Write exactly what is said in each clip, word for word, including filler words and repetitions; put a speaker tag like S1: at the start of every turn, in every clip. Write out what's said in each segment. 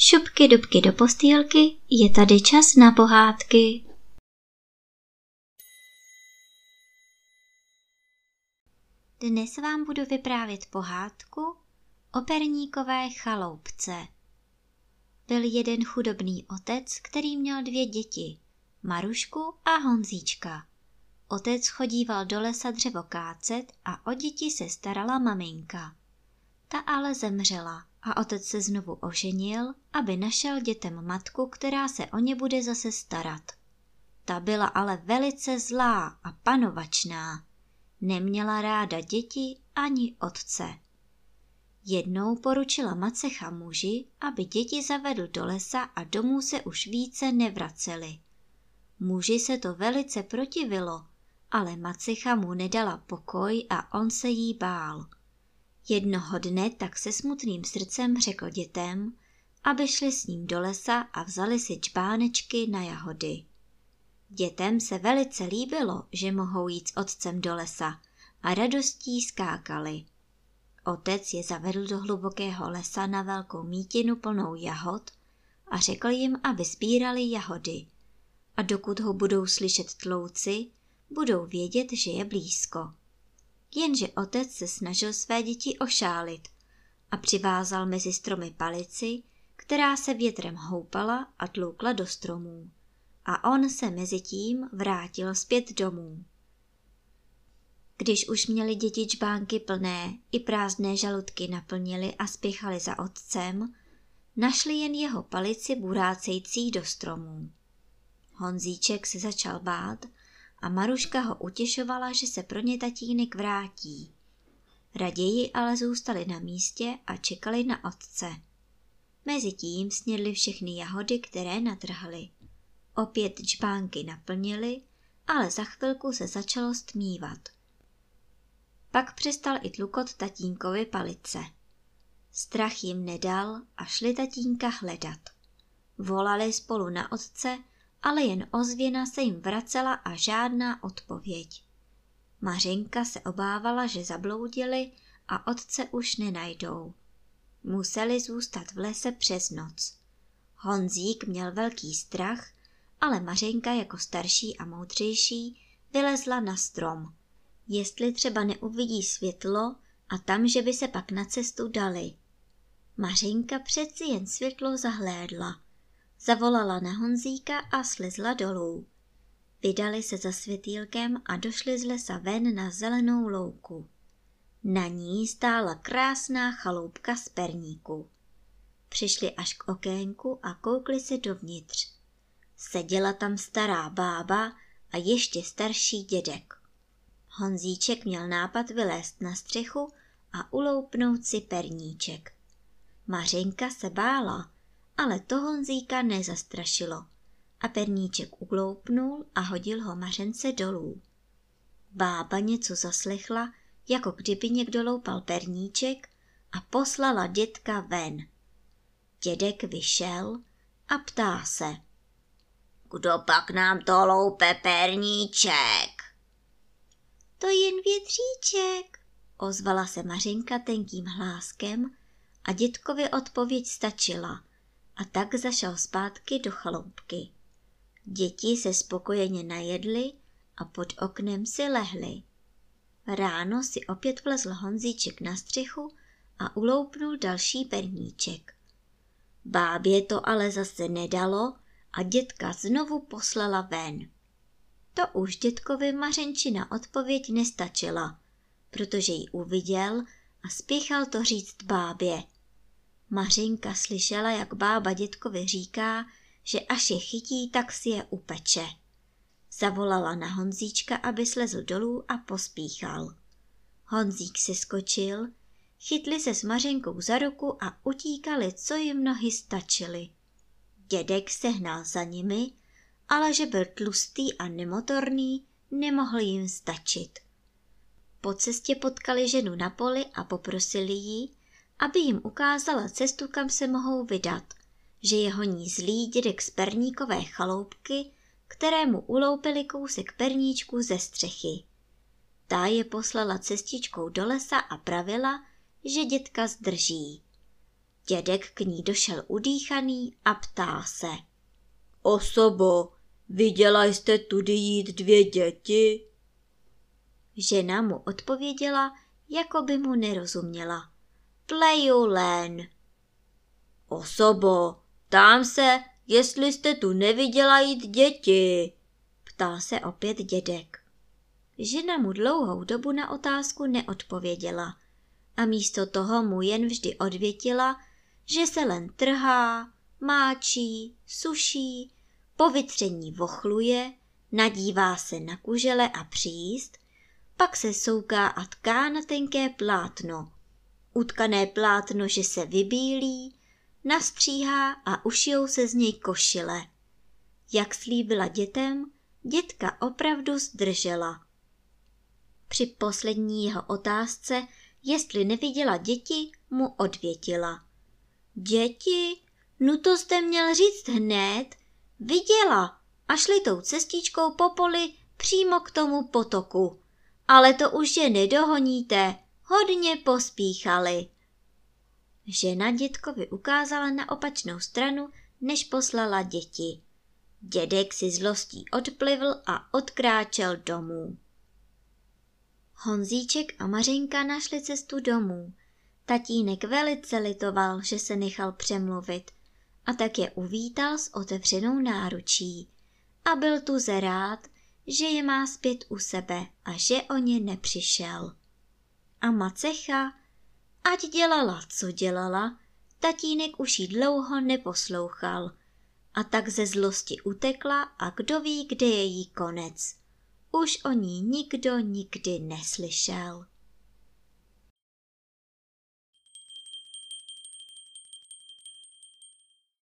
S1: Šupky dubky do postýlky, je tady čas na pohádky. Dnes vám budu vyprávět pohádku o perníkové chaloupce. Byl jeden chudobný otec, který měl dvě děti, Marušku a Honzíčka. Otec chodíval do lesa dřevo kácet a o děti se starala maminka. Ta ale zemřela a otec se znovu oženil, aby našel dětem matku, která se o ně bude zase starat. Ta byla ale velice zlá a panovačná. Neměla ráda děti ani otce. Jednou poručila macecha muži, aby děti zavedl do lesa a domů se už více nevraceli. Muži se to velice protivilo, ale macecha mu nedala pokoj a on se jí bál. Jednoho dne tak se smutným srdcem řekl dětem, aby šli s ním do lesa a vzali si čbánečky na jahody. Dětem se velice líbilo, že mohou jít s otcem do lesa a radostí skákali. Otec je zavedl do hlubokého lesa na velkou mítinu plnou jahod a řekl jim, aby sbírali jahody. A dokud ho budou slyšet tlouci, budou vědět, že je blízko. Jenže otec se snažil své děti ošálit a přivázal mezi stromy palici, která se větrem houpala a tloukla do stromů. A on se mezi tím vrátil zpět domů. Když už měli děti čbánky plné, i prázdné žaludky naplnili a spěchali za otcem, našli jen jeho palici burácející do stromů. Honzíček se začal bát a Maruška ho utěšovala, že se pro ně tatínek vrátí. Raději ale zůstali na místě a čekali na otce. Mezitím snědli všechny jahody, které natrhali. Opět čbánky naplnili, ale za chvilku se začalo stmívat. Pak přestal i tlukot tatínkovy palice. Strach jim nedal a šli tatínka hledat. Volali spolu na otce, ale jen ozvěna se jim vracela a žádná odpověď. Mařenka se obávala, že zabloudili a otce už nenajdou. Museli zůstat v lese přes noc. Honzík měl velký strach, ale Mařenka jako starší a moudřejší vylezla na strom. Jestli třeba neuvidí světlo a tam, že by se pak na cestu dali. Mařenka přeci jen světlo zahlédla. Zavolala na Honzíka a slezla dolů. Vydali se za světýlkem a došli z lesa ven na zelenou louku. Na ní stála krásná chaloupka z perníku. Přišli až k okénku a koukli se dovnitř. Seděla tam stará bába a ještě starší dědek. Honzíček měl nápad vylézt na střechu a uloupnout si perníček. Mařenka se bála, ale to Honzíka nezastrašilo a perníček ukloupnul a hodil ho Mařence dolů. Bába něco zaslechla, jako kdyby někdo loupal perníček a poslala dědka ven. Dědek vyšel a ptá se: Kdo pak nám to loupe perníček? To jen větříček, ozvala se Mařenka tenkým hláskem a dědkovi odpověď stačila a tak zašel zpátky do chaloupky. Děti se spokojeně najedly a pod oknem si lehly. Ráno si opět vlezl Honzíček na střechu a uloupnul další perníček. Bábě to ale zase nedalo a dědka znovu poslala ven. To už dědkovi Mařenčina odpověď nestačila, protože ji uviděl a spěchal to říct bábě. Mařenka slyšela, jak bába dědkovi říká, že až je chytí, tak si je upeče. Zavolala na Honzíčka, aby slezl dolů a pospíchal. Honzík se skočil, chytli se s Mařenkou za ruku a utíkali, co jim nohy stačily. Dědek sehnal za nimi, ale že byl tlustý a nemotorný, nemohl jim stačit. Po cestě potkali ženu na poli a poprosili ji, aby jim ukázala cestu, kam se mohou vydat, že je honí zlý dědek z perníkové chaloupky, kterému uloupili kousek perníčku ze střechy. Ta je poslala cestičkou do lesa a pravila, že dědka zdrží. Dědek k ní došel udýchaný a ptá se. Osobo, viděla jste tudy jít dvě děti? Žena mu odpověděla, jako by mu nerozuměla. Pleju len. Osobo, ptám se, jestli jste tu neviděla jít děti, ptal se opět dědek. Žena mu dlouhou dobu na otázku neodpověděla a místo toho mu jen vždy odvětila, že se len trhá, máčí, suší, po vytření vochluje, nadívá se na kužele a příst, pak se souká a tká na tenké plátno. Utkané plátno, že se vybílí, nastříhá a ušijou se z něj košile. Jak slíbila dětem, dětka opravdu zdržela. Při poslední jeho otázce, jestli neviděla děti, mu odvětila. Děti? No to jste měl říct hned. Viděla a šli tou cestičkou po poli přímo k tomu potoku. Ale to už je nedohoníte, hodně pospíchali. Žena dětkovi ukázala na opačnou stranu, než poslala děti. Dědek si zlostí odplivl a odkráčel domů. Honzíček a Mařenka našli cestu domů. Tatínek velice litoval, že se nechal přemluvit, a tak je uvítal s otevřenou náručí. A byl tu rád, že je má zpět u sebe a že o ně nepřišel. A macecha, ať dělala, co dělala, tatínek už jí dlouho neposlouchal a tak ze zlosti utekla a kdo ví, kde je jí konec. Už o ní nikdo nikdy neslyšel.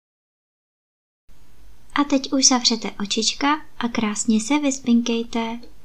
S1: A teď už zavřete očička a krásně se vyspinkejte.